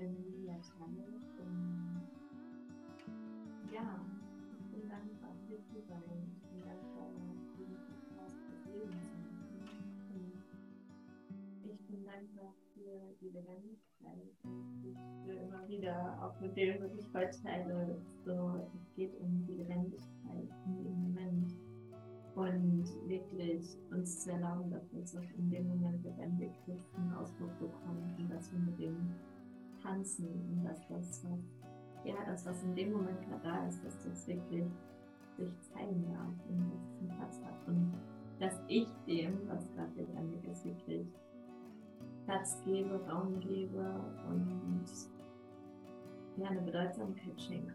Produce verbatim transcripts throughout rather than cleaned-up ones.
Emilia teile. Und ja, ich bin dankbar für zu sein. Ich bin dankbar für den Podcast des Lebens zu machen. Und ich bin dankbar für die Lebendigkeit. Und ich spüre immer wieder, auch mit dem, was ich heute teile, so, es geht um die Lebendigkeit in dem Moment. Und wirklich uns zu erlauben, dass es auch in dem Moment lebendig ist, einen Ausdruck bekommt und dass wir mit dem tanzen und dass das, was, ja, das, was in dem Moment gerade da ist, dass das wirklich sich zeigen darf und dass es einen Platz hat und dass ich dem, was gerade lebendig ist, wirklich Platz gebe, Raum gebe und ja, eine Bedeutsamkeit schenke.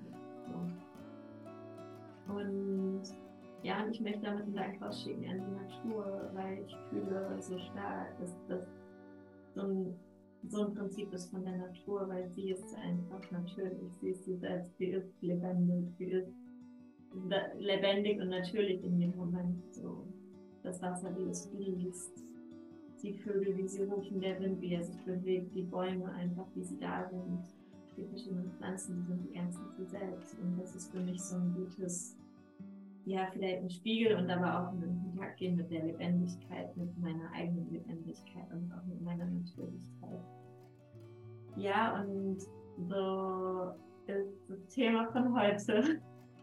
So. Und ja, und ich möchte damit einen Dank rausschicken an die Natur, weil ich fühle so stark, dass das so ein, so ein Prinzip ist von der Natur, weil sie ist einfach natürlich, sie ist sie selbst, sie ist lebendig, sie ist lebendig und natürlich in dem Moment. So das Wasser, wie es fließt, die Vögel, wie sie rufen, der Wind, wie er sich bewegt, die Bäume einfach, wie sie da sind, die verschiedenen Pflanzen, die sind die ganzen sie selbst. Und das ist für mich so ein gutes, ja, vielleicht ein Spiegel und aber auch in Kontakt gehen mit der Lebendigkeit, mit meiner eigenen Lebendigkeit und auch mit meiner Natürlichkeit. Ja, und so ist das Thema von heute.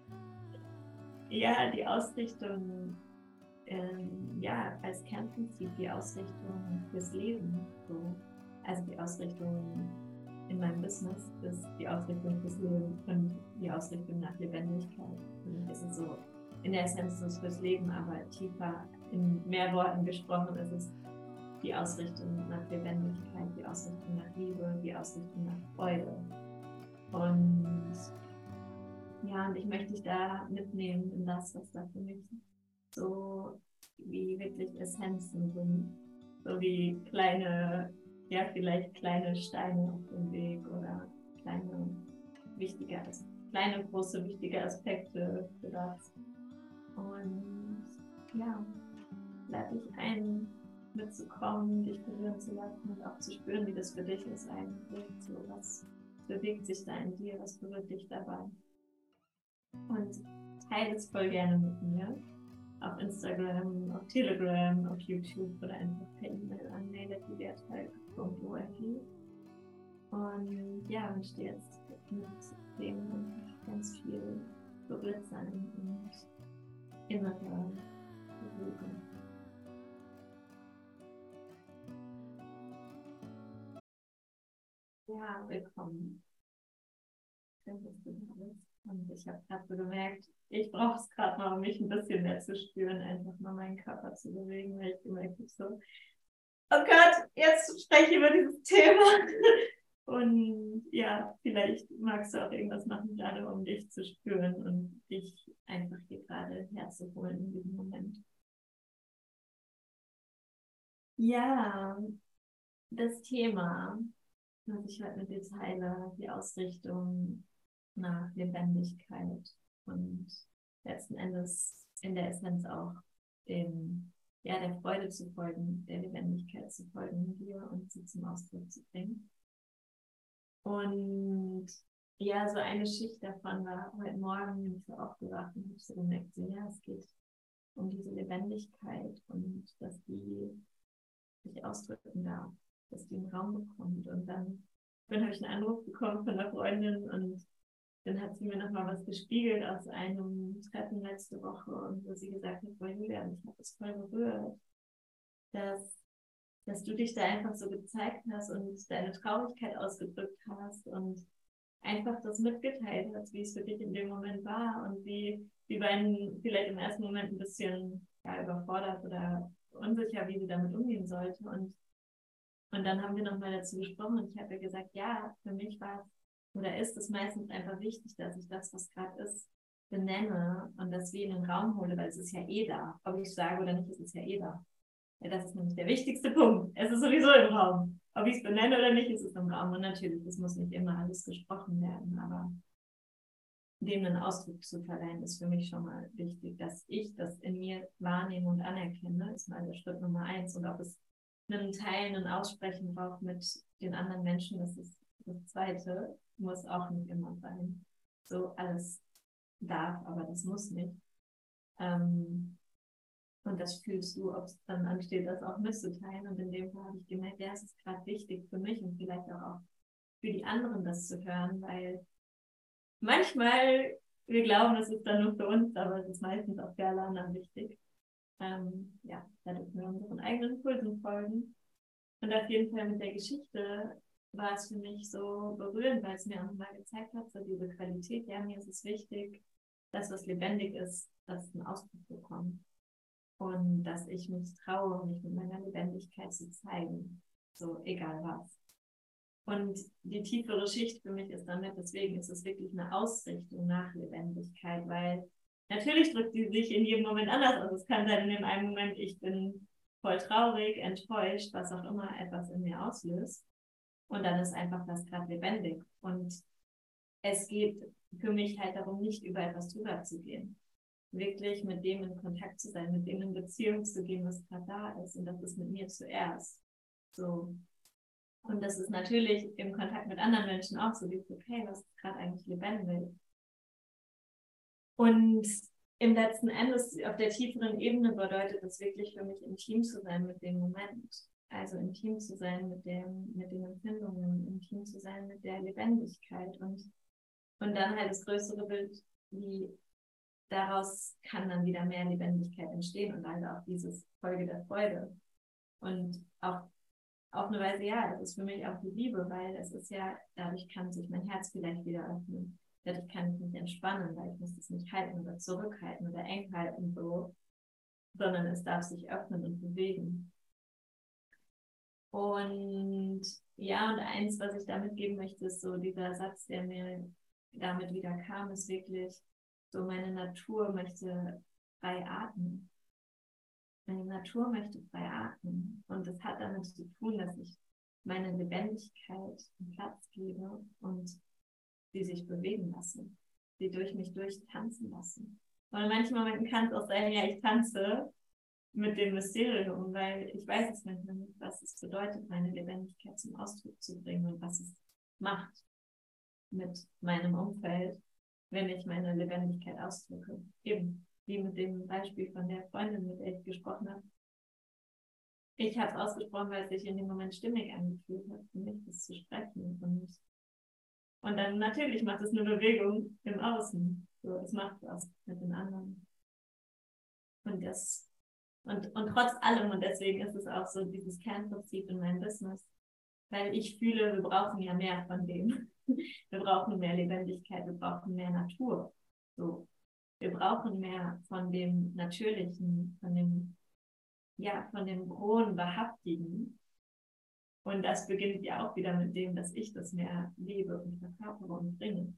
Ja, die Ausrichtung, ähm, ja, als Kernprinzip die Ausrichtung fürs Leben. So. Also die Ausrichtung in meinem Business ist die Ausrichtung fürs Leben und die Ausrichtung nach Lebendigkeit. Und es ist so, in der Essenz ist es fürs Leben, aber tiefer in mehr Worten gesprochen ist es die Ausrichtung nach Lebendigkeit, die Ausrichtung nach Liebe, die Ausrichtung nach Freude. Und ja, und ich möchte dich da mitnehmen in das, was da für mich so wie wirklich Essenzen sind. So wie kleine, ja, vielleicht kleine Steine auf dem Weg oder kleine, wichtige, kleine, große, wichtige Aspekte für das. Und ja, lade dich ein, mitzukommen, dich berühren zu lassen und auch zu spüren, wie das für dich ist eigentlich. So, was bewegt sich da in dir, was berührt dich dabei? Und teile es voll gerne mit mir. Auf Instagram, auf Telegram, auf YouTube oder einfach per E-Mail an mail at julia teig punkt org. Und ja, wünsche dir jetzt mit dem ganz viel berührt sein und innere Bewegung. Ja, willkommen. Schön, dass du da bist. Und ich habe gerade so gemerkt, ich brauche es gerade mal, um mich ein bisschen mehr zu spüren, einfach mal meinen Körper zu bewegen, weil ich gemerkt habe, so, oh Gott, jetzt spreche ich über dieses Thema. Und ja, vielleicht magst du auch irgendwas machen, gerade um dich zu spüren und dich einfach hier gerade herzuholen in diesem Moment. Ja, das Thema, was ich heute mit dir teile, die Ausrichtung nach Lebendigkeit und letzten Endes in der Essenz auch dem, ja, der Freude zu folgen, der Lebendigkeit zu folgen in dir und sie zum Ausdruck zu bringen. Und ja, so eine Schicht davon war heute Morgen, bin ich so aufgewacht und habe so gemerkt, so, ja, es geht um diese Lebendigkeit und dass die sich ausdrücken darf, dass die einen Raum bekommt. Und dann, dann habe ich einen Anruf bekommen von einer Freundin und dann hat sie mir nochmal was gespiegelt aus einem Treffen letzte Woche und wo sie gesagt hat, boah Julia, mich hat das voll berührt, dass, dass du dich da einfach so gezeigt hast und deine Traurigkeit ausgedrückt hast und einfach das mitgeteilt hast, wie es für dich in dem Moment war und wie, wie waren vielleicht im ersten Moment ein bisschen ja, überfordert oder unsicher, wie sie damit umgehen sollte. Und, und dann haben wir nochmal dazu gesprochen und ich habe ihr gesagt, ja, für mich war es oder ist es meistens einfach wichtig, dass ich das, was gerade ist, benenne und das wie in den Raum hole, weil es ist ja eh da. Ob ich es sage oder nicht, ist es ja eh da. Ja, das ist nämlich der wichtigste Punkt. Es ist sowieso im Raum. Ob ich es benenne oder nicht, ist es im Raum. Und natürlich, es muss nicht immer alles gesprochen werden, aber dem einen Ausdruck zu verleihen, ist für mich schon mal wichtig, dass ich das in mir wahrnehme und anerkenne, ist mal der Schritt Nummer eins. Und ob es einen Teilen, ein Aussprechen braucht mit den anderen Menschen, das ist das Zweite muss auch nicht immer sein. So alles darf, aber das muss nicht. Ähm, und das fühlst du, ob es dann ansteht, das auch mitzuteilen. Und in dem Fall habe ich gemerkt, ja, es ist gerade wichtig für mich und vielleicht auch, auch für die anderen, das zu hören, weil manchmal, wir glauben, es ist dann nur für uns, aber es ist meistens auch für alle anderen wichtig. Ähm, ja, da dürfen wir unseren eigenen Impulsen folgen. Und auf jeden Fall mit der Geschichte war es für mich so berührend, weil es mir auch mal gezeigt hat, so diese Qualität, ja, mir ist es wichtig, dass was lebendig ist, dass es einen Ausdruck bekommt. Und dass ich mich traue, mich mit meiner Lebendigkeit zu zeigen. So, egal was. Und die tiefere Schicht für mich ist damit, deswegen ist es wirklich eine Ausrichtung nach Lebendigkeit, weil natürlich drückt die sich in jedem Moment anders aus. Es kann sein, in dem einen Moment, ich bin voll traurig, enttäuscht, was auch immer etwas in mir auslöst. Und dann ist einfach das gerade lebendig. Und es geht für mich halt darum, nicht über etwas drüber zu gehen. Wirklich mit dem in Kontakt zu sein, mit dem in Beziehung zu gehen, was gerade da ist. Und das ist mit mir zuerst. So. Und das ist natürlich im Kontakt mit anderen Menschen auch so, wie okay, was ist gerade eigentlich lebendig? Und im letzten Endes, auf der tieferen Ebene bedeutet das wirklich für mich, intim zu sein mit dem Moment. Also intim zu sein mit, dem, mit den Empfindungen, intim zu sein mit der Lebendigkeit. Und, und dann halt das größere Bild, wie daraus kann dann wieder mehr Lebendigkeit entstehen und also auch dieses Folge der Freude. Und auch auf eine Weise, ja, es ist für mich auch die Liebe, weil es ist ja, dadurch kann sich mein Herz vielleicht wieder öffnen. Dadurch kann ich mich entspannen, weil ich muss es nicht halten oder zurückhalten oder eng halten, so, sondern es darf sich öffnen und bewegen. Und ja, und eins, was ich damit geben möchte, ist so dieser Satz, der mir damit wieder kam, ist wirklich so, meine Natur möchte frei atmen. Meine Natur möchte frei atmen. Und das hat damit zu tun, dass ich meine Lebendigkeit einen Platz gebe und sie sich bewegen lasse. Sie durch mich durchtanzen lassen. Und in manchen Momenten kann es auch sein, ja, ich tanze mit dem Mysterium, weil ich weiß es manchmal nicht, was es bedeutet, meine Lebendigkeit zum Ausdruck zu bringen und was es macht mit meinem Umfeld, wenn ich meine Lebendigkeit ausdrücke. Eben, wie mit dem Beispiel von der Freundin, mit der ich gesprochen habe. Ich habe es ausgesprochen, weil es sich in dem Moment stimmig angefühlt hat, für mich das zu sprechen. Und, und dann natürlich macht es eine Bewegung im Außen. So, es macht was mit den anderen. Und das, und, und trotz allem, und deswegen ist es auch so dieses Kernprinzip in meinem Business, weil ich fühle, wir brauchen ja mehr von dem. Wir brauchen mehr Lebendigkeit, wir brauchen mehr Natur. So. Wir brauchen mehr von dem Natürlichen, von dem, ja, von dem rohen, wahrhaftigen. Und das beginnt ja auch wieder mit dem, dass ich das mehr lebe und verkörpere und bringe.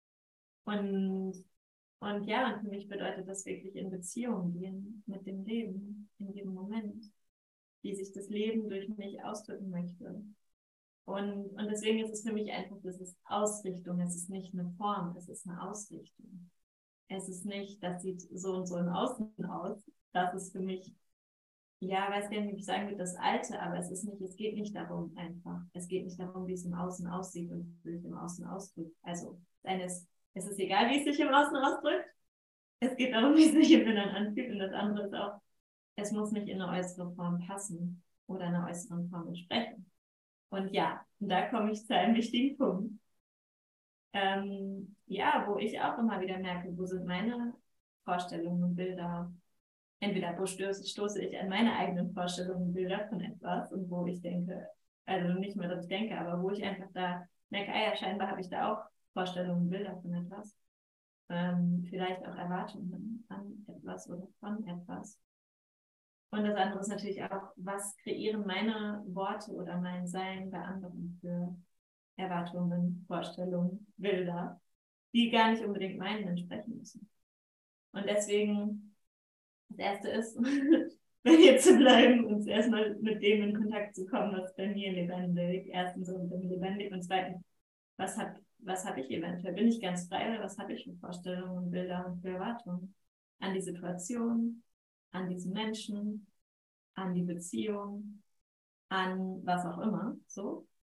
Und, und ja, und für mich bedeutet das wirklich in Beziehung gehen mit dem Leben, in jedem Moment, wie sich das Leben durch mich ausdrücken möchte. Und, und deswegen ist es für mich einfach, das ist Ausrichtung, es ist nicht eine Form, es ist eine Ausrichtung. Es ist nicht, das sieht so und so im Außen aus. Das ist für mich, ja, weiß gar nicht, wie ich sagen würde, das Alte, aber es ist nicht, es geht nicht darum einfach. Es geht nicht darum, wie es im Außen aussieht und wie es im Außen ausdrückt. Also, eines, es ist egal, wie es sich im Außen ausdrückt. Es geht darum, wie es sich im Inneren anfühlt. Und das andere ist auch, es muss nicht in eine äußere Form passen oder einer äußeren Form entsprechen. Und ja, und da komme ich zu einem wichtigen Punkt. Ähm, ja, wo ich auch immer wieder merke, wo sind meine Vorstellungen und Bilder. Entweder wo stoße, stoße ich an meine eigenen Vorstellungen und Bilder von etwas und wo ich denke, also nicht mehr, dass ich denke, aber wo ich einfach da merke, ah ja, scheinbar habe ich da auch Vorstellungen und Bilder von etwas. Ähm, vielleicht auch Erwartungen an etwas oder von etwas. Und das andere ist natürlich auch, was kreieren meine Worte oder mein Sein bei anderen für Erwartungen, Vorstellungen, Bilder, die gar nicht unbedingt meinen entsprechen müssen. Und deswegen, das Erste ist, bei mir zu bleiben und erstmal mit dem in Kontakt zu kommen, was bei mir lebendig, erstens so bei mir lebendig und zweitens, was habe was hab ich eventuell? Bin ich ganz frei oder was habe ich für Vorstellungen, Bilder und für Erwartungen an die Situation, an diesen Menschen, an die Beziehung, an was auch immer, so.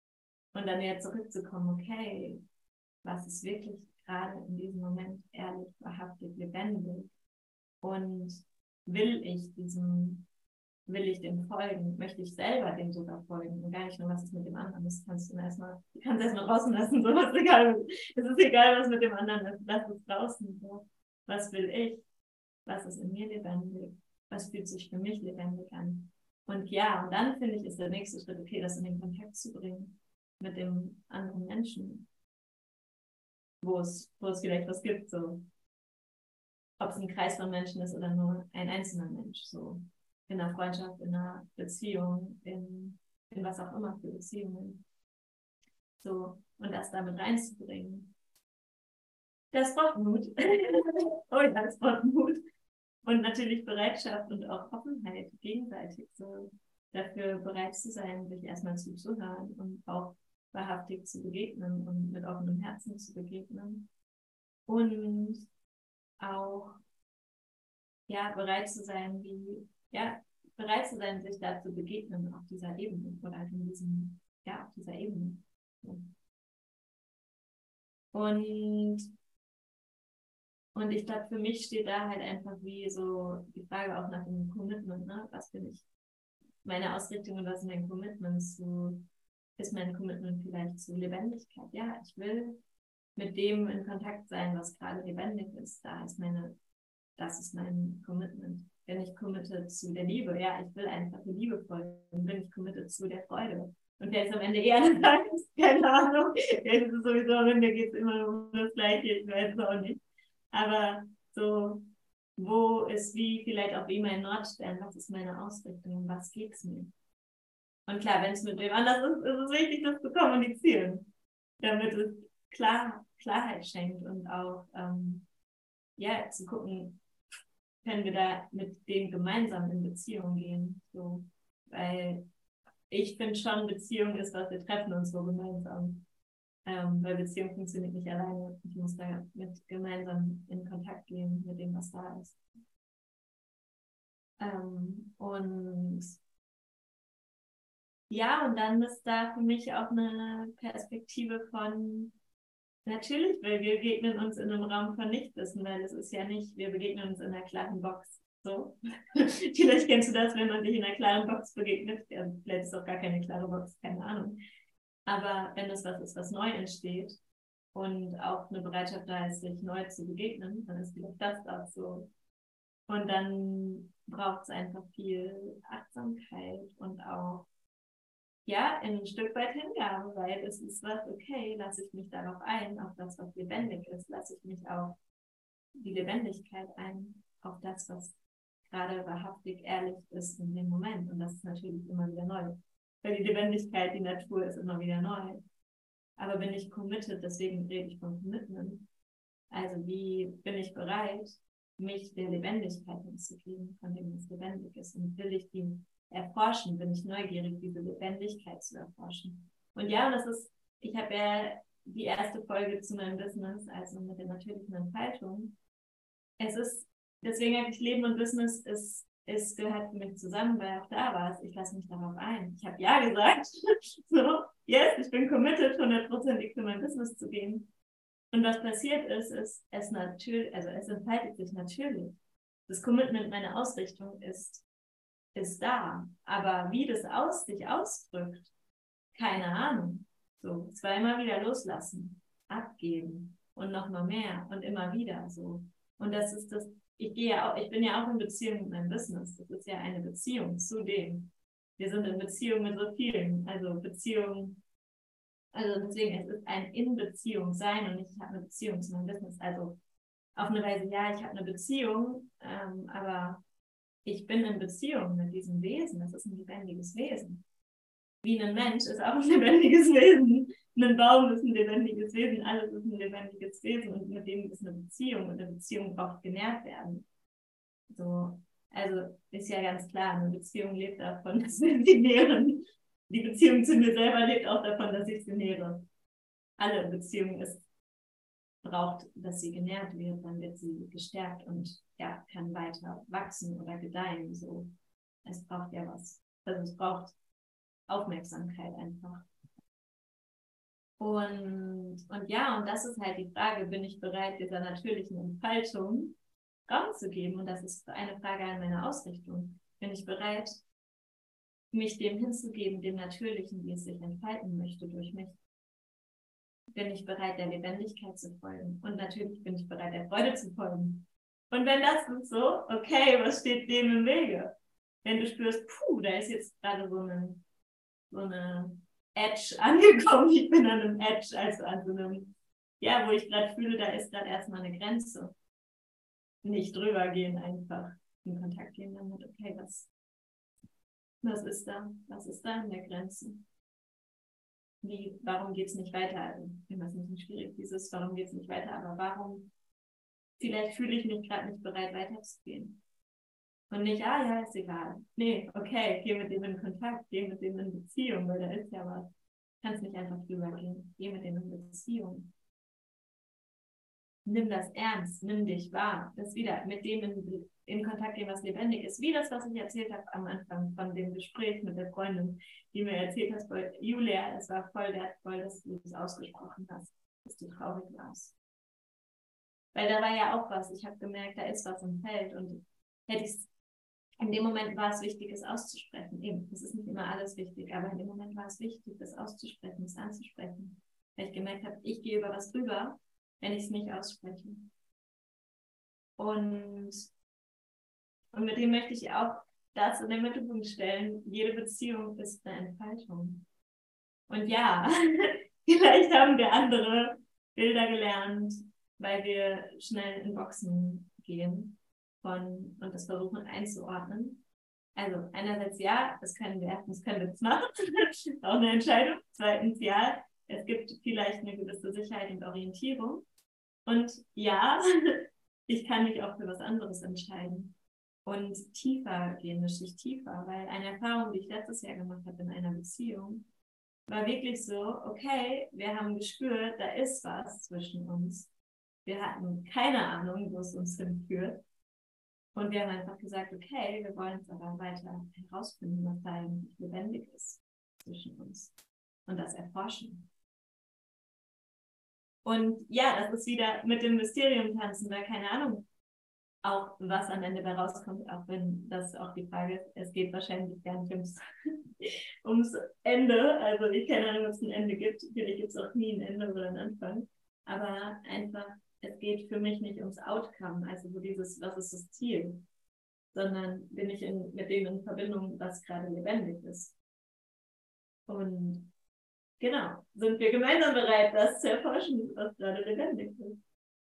Und dann wieder zurückzukommen, okay, was ist wirklich gerade in diesem Moment ehrlich, wahrhaftig, lebendig? Und will ich diesem, will ich dem folgen? Möchte ich selber dem sogar folgen? Und gar nicht nur, was ist mit dem anderen ist, kannst du erstmal, du kannst erstmal draußen lassen, so was egal. Es ist egal, was mit dem anderen ist, lass es draußen. So. Was will ich? Was ist in mir lebendig? Was fühlt sich für mich lebendig an? Und ja, und dann finde ich, ist der nächste Schritt, okay, das in den Kontakt zu bringen mit dem anderen Menschen, wo es, wo es vielleicht was gibt, so. Ob es ein Kreis von Menschen ist oder nur ein einzelner Mensch, so. In einer Freundschaft, in einer Beziehung, in, in was auch immer für Beziehungen. So, und das damit reinzubringen. Das braucht Mut. Oh ja, das braucht Mut. Und natürlich Bereitschaft und auch Offenheit gegenseitig, so dafür bereit zu sein, sich erstmal zuzuhören und auch wahrhaftig zu begegnen und mit offenem Herzen zu begegnen. Und auch ja, bereit zu sein, wie, ja, bereit zu sein, sich da zu begegnen auf dieser Ebene oder in diesem, ja, auf dieser Ebene. Und Und ich glaube, für mich steht da halt einfach wie so die Frage auch nach dem Commitment, ne? Was bin ich, meine Ausrichtung und was ist mein Commitment zu, ist mein Commitment vielleicht zu Lebendigkeit? Ja, ich will mit dem in Kontakt sein, was gerade lebendig ist. Da ist meine, das ist mein Commitment. Bin ich committed zu der Liebe? Ja, ich will einfach die Liebe folgen. Bin ich committed zu der Freude? Und jetzt am Ende eher eine Angst, keine Ahnung. Jetzt ist es sowieso am Ende geht es immer um das Gleiche, ich weiß es auch nicht. Aber so, wo ist wie vielleicht auch wie mein Nordstern, was ist meine Ausrichtung, was geht es mir? Und klar, wenn es mit wem anders ist, ist es wichtig, das zu kommunizieren, damit es klar, Klarheit schenkt und auch ähm, ja, zu gucken, können wir da mit dem gemeinsam in Beziehung gehen. So. Weil ich finde schon, Beziehung ist, was wir treffen uns so gemeinsam. Ähm, weil Beziehung funktioniert nicht alleine. Ich muss da mit gemeinsam in Kontakt gehen mit dem, was da ist. Ähm, und ja, und dann ist da für mich auch eine Perspektive von, natürlich, weil wir begegnen uns in einem Raum von Nichtwissen, weil es ist ja nicht, wir begegnen uns in einer klaren Box. So. Vielleicht kennst du das, wenn man sich in einer klaren Box begegnet. Ja, vielleicht ist auch gar keine klare Box, keine Ahnung. Aber wenn das was ist, was neu entsteht und auch eine Bereitschaft da ist, sich neu zu begegnen, dann ist vielleicht das auch so. Und dann braucht es einfach viel Achtsamkeit und auch ja, ein Stück weit Hingabe, weil es ist was, okay, lasse ich mich darauf ein, auf das, was lebendig ist, lasse ich mich auf die Lebendigkeit ein, auf das, was gerade wahrhaftig ehrlich ist in dem Moment. Und das ist natürlich immer wieder neu. Weil die Lebendigkeit, die Natur ist immer wieder neu. Aber bin ich committed, deswegen rede ich von Commitment. Also wie bin ich bereit, mich der Lebendigkeit hinzugeben, von dem es lebendig ist? Und will ich die erforschen, bin ich neugierig, diese Lebendigkeit zu erforschen? Und ja, das ist, ich habe ja die erste Folge zu meinem Business, also mit der natürlichen Entfaltung. Es ist, deswegen habe ich Leben und Business, ist, es gehört für mich zusammen, weil auch da war es, ich lasse mich darauf ein. Ich habe ja gesagt, so, yes, ich bin committed, hundertprozentig für mein Business zu gehen. Und was passiert ist, ist, es natürlich, also es entfaltet sich natürlich. Das Commitment, meine Ausrichtung ist, ist da. Aber wie das aus, sich ausdrückt, keine Ahnung. So, zweimal wieder loslassen, abgeben und nochmal mehr und immer wieder so. Und das ist das, ich gehe ja auch, ich bin ja auch in Beziehung mit meinem Business. Das ist ja eine Beziehung zu dem. Wir sind in Beziehung mit so vielen. Also Beziehung, also deswegen, es ist ein In-Beziehung sein und nicht, ich habe eine Beziehung zu meinem Business. Also auf eine Weise, ja, ich habe eine Beziehung, ähm, aber ich bin in Beziehung mit diesem Wesen. Das ist ein lebendiges Wesen. Wie ein Mensch ist auch ein lebendiges Wesen. Ein Baum ist ein lebendiges Wesen. Alles ist ein lebendiges Wesen und mit dem ist eine Beziehung. Und eine Beziehung braucht genährt werden. So, also ist ja ganz klar, eine Beziehung lebt davon, dass wir sie nähren. Die Beziehung zu mir selber lebt auch davon, dass ich sie nähere. Alle Beziehungen ist, braucht, dass sie genährt wird, dann wird sie gestärkt und ja, kann weiter wachsen oder gedeihen. So. Es braucht ja was. Also es braucht Aufmerksamkeit einfach. Und, und ja, und das ist halt die Frage, bin ich bereit, dieser natürlichen Entfaltung Raum zu geben? Und das ist eine Frage an meine Ausrichtung. Bin ich bereit, mich dem hinzugeben, dem Natürlichen, wie es sich entfalten möchte durch mich? Bin ich bereit, der Lebendigkeit zu folgen? Und natürlich bin ich bereit, der Freude zu folgen. Und wenn das ist so, okay, was steht dem im Wege? Wenn du spürst, puh, da ist jetzt gerade so eine, so eine Edge angekommen, ich bin an einem Edge, also an so einem, ja, wo ich gerade fühle, da ist gerade erstmal eine Grenze. Nicht drüber gehen, einfach in Kontakt gehen damit, okay, was, was ist da? Was ist da in der Grenze? Wie, warum geht es nicht weiter? Also, ich weiß nicht, wie schwierig dieses, warum geht es nicht weiter, aber warum, vielleicht fühle ich mich gerade nicht bereit, weiterzugehen. Und nicht, ah ja, ist egal. Nee, okay, geh mit dem in Kontakt, geh mit dem in Beziehung, weil da ist ja was. Kannst nicht einfach drüber gehen. Geh mit dem in Beziehung. Nimm das ernst, nimm dich wahr. Das wieder mit dem in, in Kontakt gehen, was lebendig ist. Wie das, was ich erzählt habe am Anfang von dem Gespräch mit der Freundin, die mir erzählt hat, Julia, es war voll wertvoll, dass du das ausgesprochen hast, dass du traurig warst. Weil da war ja auch was. Ich habe gemerkt, da ist was im Feld und hätte ich in dem Moment war es wichtig, es auszusprechen. Eben, es ist nicht immer alles wichtig, aber in dem Moment war es wichtig, das auszusprechen, es anzusprechen. Weil ich gemerkt habe, ich gehe über was drüber, wenn ich es nicht ausspreche. Und, und mit dem möchte ich auch das in den Mittelpunkt stellen. Jede Beziehung ist eine Entfaltung. Und ja, vielleicht haben wir andere Bilder gelernt, weil wir schnell in Boxen gehen von, und das versuchen einzuordnen. Also einerseits ja, das können wir, das können wir jetzt machen, auch eine Entscheidung. Zweitens ja, es gibt vielleicht eine gewisse Sicherheit und Orientierung. Und ja, ich kann mich auch für was anderes entscheiden und tiefer gehen, eine Schicht tiefer, weil eine Erfahrung, die ich letztes Jahr gemacht habe in einer Beziehung, war wirklich so, okay, wir haben gespürt, da ist was zwischen uns. Wir hatten keine Ahnung, wo es uns hinführt. Und wir haben einfach gesagt, okay, wir wollen es aber weiter herausfinden, was da eigentlich lebendig ist zwischen uns. Und das erforschen. Und ja, das ist wieder mit dem Mysterium tanzen, weil keine Ahnung, auch was am Ende da rauskommt, auch wenn das auch die Frage ist, es geht wahrscheinlich gar nicht ums, ums Ende, also ich keine Ahnung, ob es ein Ende gibt, vielleicht gibt es auch nie ein Ende oder einen Anfang, aber einfach, es geht für mich nicht ums Outcome, also so dieses, was ist das Ziel, sondern bin ich in, mit dem in Verbindung, was gerade lebendig ist. Und genau, sind wir gemeinsam bereit, das zu erforschen, was gerade lebendig ist.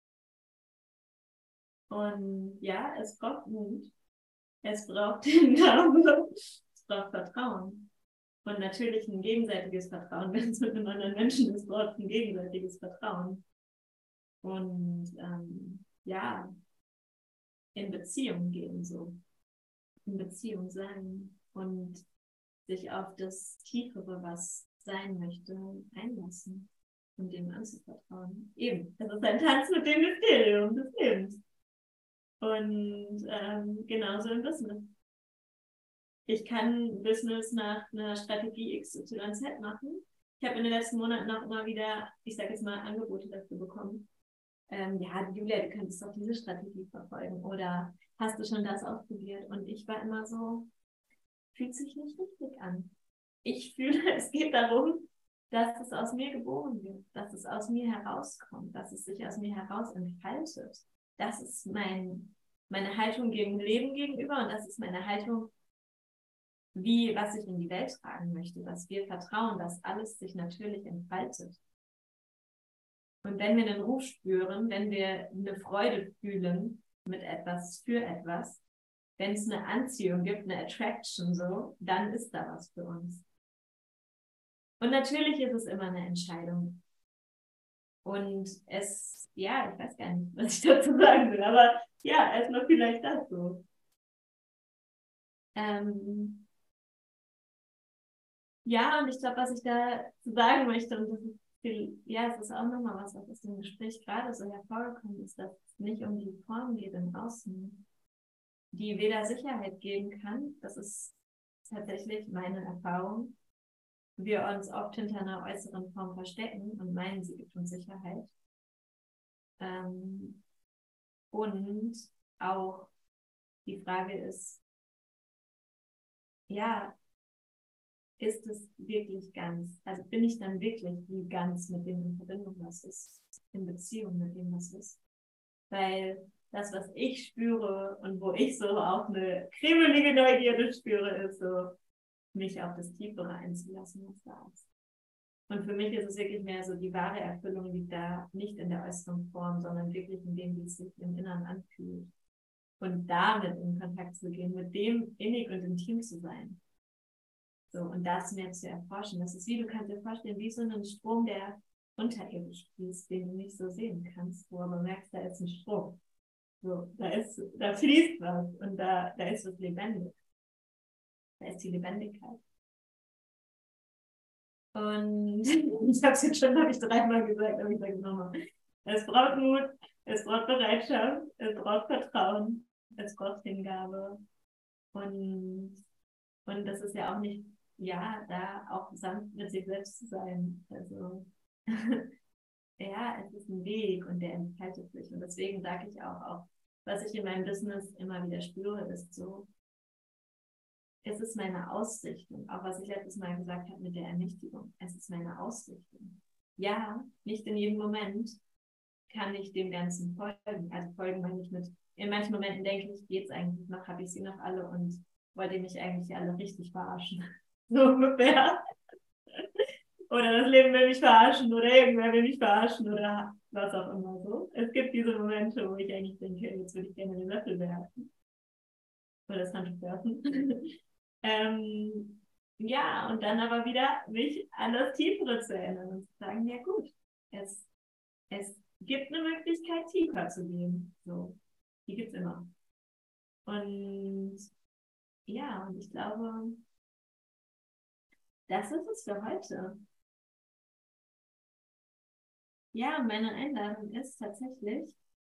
Und ja, es braucht Mut. Es braucht Hingabe. Es braucht Vertrauen. Und natürlich ein gegenseitiges Vertrauen. Wenn es mit einem anderen Menschen ist, braucht es ein gegenseitiges Vertrauen. Und ähm, ja, in Beziehung gehen so. In Beziehung sein und sich auf das Tiefere, was sein möchte, einlassen und dem anzuvertrauen. Eben, es ist ein Tanz mit dem Mysterium des Lebens. Und ähm, genauso im Business. Ich kann Business nach einer Strategie X Y Z machen. Ich habe in den letzten Monaten auch immer wieder, ich sage jetzt mal, Angebote dafür bekommen. Ähm, ja, Julia, du könntest doch diese Strategie verfolgen. Oder hast du schon das ausprobiert? Und ich war immer so, fühlt sich nicht richtig an. Ich fühle, es geht darum, dass es aus mir geboren wird, dass es aus mir herauskommt, dass es sich aus mir heraus entfaltet. Das ist mein, meine Haltung dem Leben gegenüber und das ist meine Haltung, wie, was ich in die Welt tragen möchte, dass wir vertrauen, dass alles sich natürlich entfaltet. Und wenn wir einen Ruf spüren, wenn wir eine Freude fühlen mit etwas, für etwas, wenn es eine Anziehung gibt, eine Attraction so, dann ist da was für uns. Und natürlich ist es immer eine Entscheidung. Und es, ja, ich weiß gar nicht, was ich dazu sagen will, aber ja, erstmal vielleicht das so. Ähm, ja, und ich glaube, was ich da zu sagen möchte, und das ist viel, ja, es ist auch nochmal was, was aus dem Gespräch gerade so hervorgekommen ist, dass es nicht um die Form geht im Außen, die weder Sicherheit geben kann, das ist tatsächlich meine Erfahrung, wir uns oft hinter einer äußeren Form verstecken und meinen, sie gibt uns Sicherheit. Ähm, und auch die Frage ist, ja, ist es wirklich ganz, also bin ich dann wirklich wie ganz mit dem in Verbindung, was ist, in Beziehung mit dem, was ist. Weil das, was ich spüre und wo ich so auch eine kribbelige Neugierde spüre, ist so, mich auf das Tiefere einzulassen, was da ist. Und für mich ist es wirklich mehr so, die wahre Erfüllung liegt da nicht in der äußeren Form, sondern wirklich in dem, wie es sich im Inneren anfühlt. Und damit in Kontakt zu gehen, mit dem innig und intim zu sein. So, und das mehr zu erforschen. Das ist wie, du kannst dir vorstellen, wie so ein Strom, der unterirdisch fließt, den du nicht so sehen kannst, wo aber merkst, da ist ein Strom. So, da ist, da fließt was und da, da ist was lebendig. Da ist die Lebendigkeit. Und ich habe es jetzt schon, habe ich dreimal gesagt, aber ich sage es nochmal. Es braucht Mut, es braucht Bereitschaft, es braucht Vertrauen, es braucht Hingabe. Und, und das ist ja auch nicht, ja, da auch sanft mit sich selbst zu sein. Also, ja, es ist ein Weg und der entfaltet sich. Und deswegen sage ich auch, auch, was ich in meinem Business immer wieder spüre, ist so, es ist meine Ausrichtung, auch was ich letztes Mal gesagt habe mit der Ermächtigung. Es ist meine Ausrichtung. Ja, nicht in jedem Moment kann ich dem Ganzen folgen. Also folgen meine ich mit, in manchen Momenten denke ich, geht es eigentlich noch, habe ich sie noch alle und wollte mich eigentlich alle richtig verarschen. So ungefähr. Oder das Leben will mich verarschen oder irgendwer will mich verarschen oder was auch immer so. Es gibt diese Momente, wo ich eigentlich denke, jetzt würde ich gerne den Löffel werfen. Oder das Handtuch werfen. ähm, ja, und dann aber wieder mich an das Tiefere zu erinnern und zu sagen, ja gut, es, es gibt eine Möglichkeit, tiefer zu gehen. So, die gibt es immer. Und ja, und ich glaube, das ist es für heute. Ja, meine Einladung ist tatsächlich,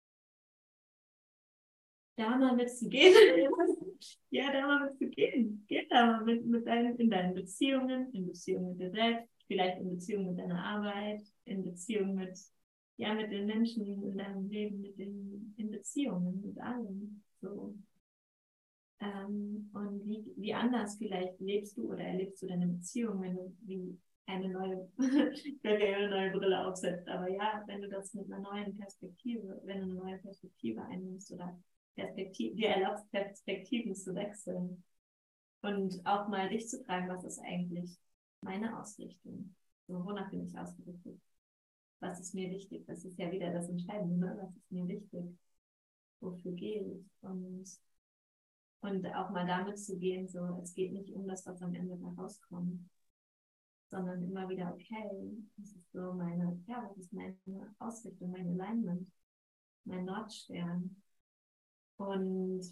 da mal mitzugehen. Ja, da mal mitzugehen. Geh da mal mit, mit deinen, in deinen Beziehungen, in Beziehungen mit dir selbst, vielleicht in Beziehung mit deiner Arbeit, in Beziehung mit, ja, mit den Menschen in deinem Leben, mit den, in Beziehungen mit allem. So. Ähm, und wie, wie anders vielleicht lebst du oder erlebst du deine Beziehung, wenn du wie eine neue, eine neue Brille aufsetzt. Aber ja, wenn du das mit einer neuen Perspektive, wenn du eine neue Perspektive einnimmst oder Perspektive, dir erlaubst, Perspektiven zu wechseln und auch mal dich zu fragen, was ist eigentlich meine Ausrichtung? So, wonach bin ich ausgerichtet? Was ist mir wichtig? Das ist ja wieder das Entscheidende, ne? Was ist mir wichtig? Wofür gehe ich? Und Und auch mal damit zu gehen, so, es geht nicht um das, was am Ende da rauskommt, sondern immer wieder, okay, das ist so meine, ja, das ist meine Ausrichtung, mein Alignment, mein Nordstern. Und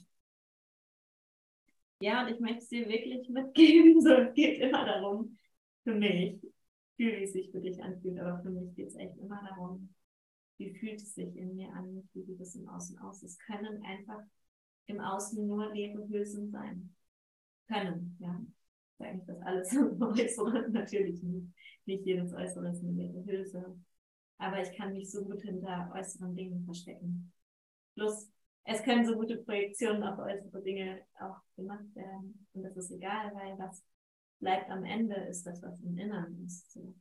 ja, und ich möchte es dir wirklich mitgeben, so, es geht immer darum, für mich, wie es sich für dich anfühlt, aber für mich geht es echt immer darum, wie fühlt es sich in mir an, wie sieht es im Außen aus. Es können einfach im Außen nur leere Hülsen sein. Können, ja. Eigentlich das alles Äußere, natürlich nicht. Nicht jedes Äußere ist eine leere Hülse. Aber ich kann mich so gut hinter äußeren Dingen verstecken. Plus, es können so gute Projektionen auf äußere Dinge auch gemacht werden. Und das ist egal, weil was bleibt am Ende, ist das, was im Inneren ist. So.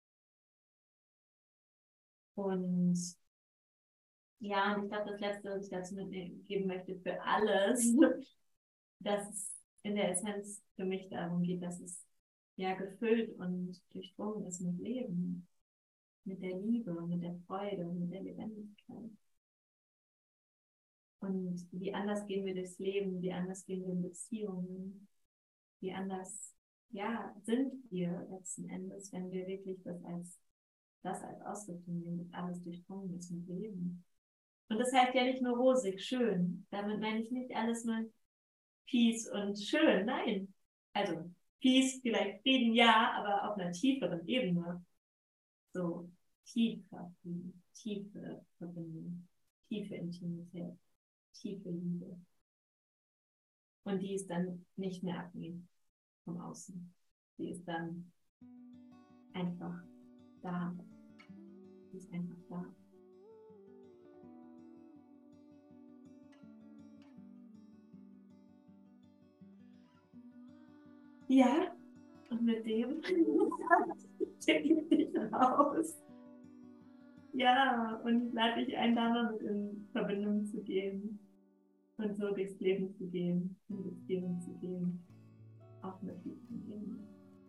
Und ja, und ich glaube, das Letzte, was ich dazu mitgeben möchte für alles, dass es in der Essenz für mich darum geht, dass es ja gefüllt und durchdrungen ist mit Leben, mit der Liebe, mit der Freude, mit der Lebendigkeit. Und wie anders gehen wir durchs Leben, wie anders gehen wir in Beziehungen, wie anders, ja, sind wir letzten Endes, wenn wir wirklich das als, das als Ausrichtung nehmen, dass alles durchdrungen ist mit Leben. Und das heißt ja nicht nur rosig, schön. Damit meine ich nicht alles nur Peace und schön, nein. Also Peace, vielleicht Frieden, ja, aber auf einer tieferen Ebene. So tiefer Frieden, tiefe Verbindung, tiefe Intimität, tiefe Liebe. Und die ist dann nicht mehr abhängig vom Außen. Die ist dann einfach da. Sie ist einfach da. Ja, und mit dem schicke ich dich raus. Ja, und ich lade dich ein, da mal mit in Verbindung zu gehen und so durchs Leben zu gehen, in Beziehung zu gehen, auch mit diesem Leben.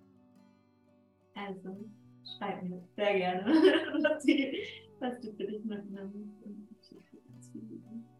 Also, schreib mir sehr gerne, was, die, was du für dich mitnimmst und ich schicke dir ganz viel Liebe.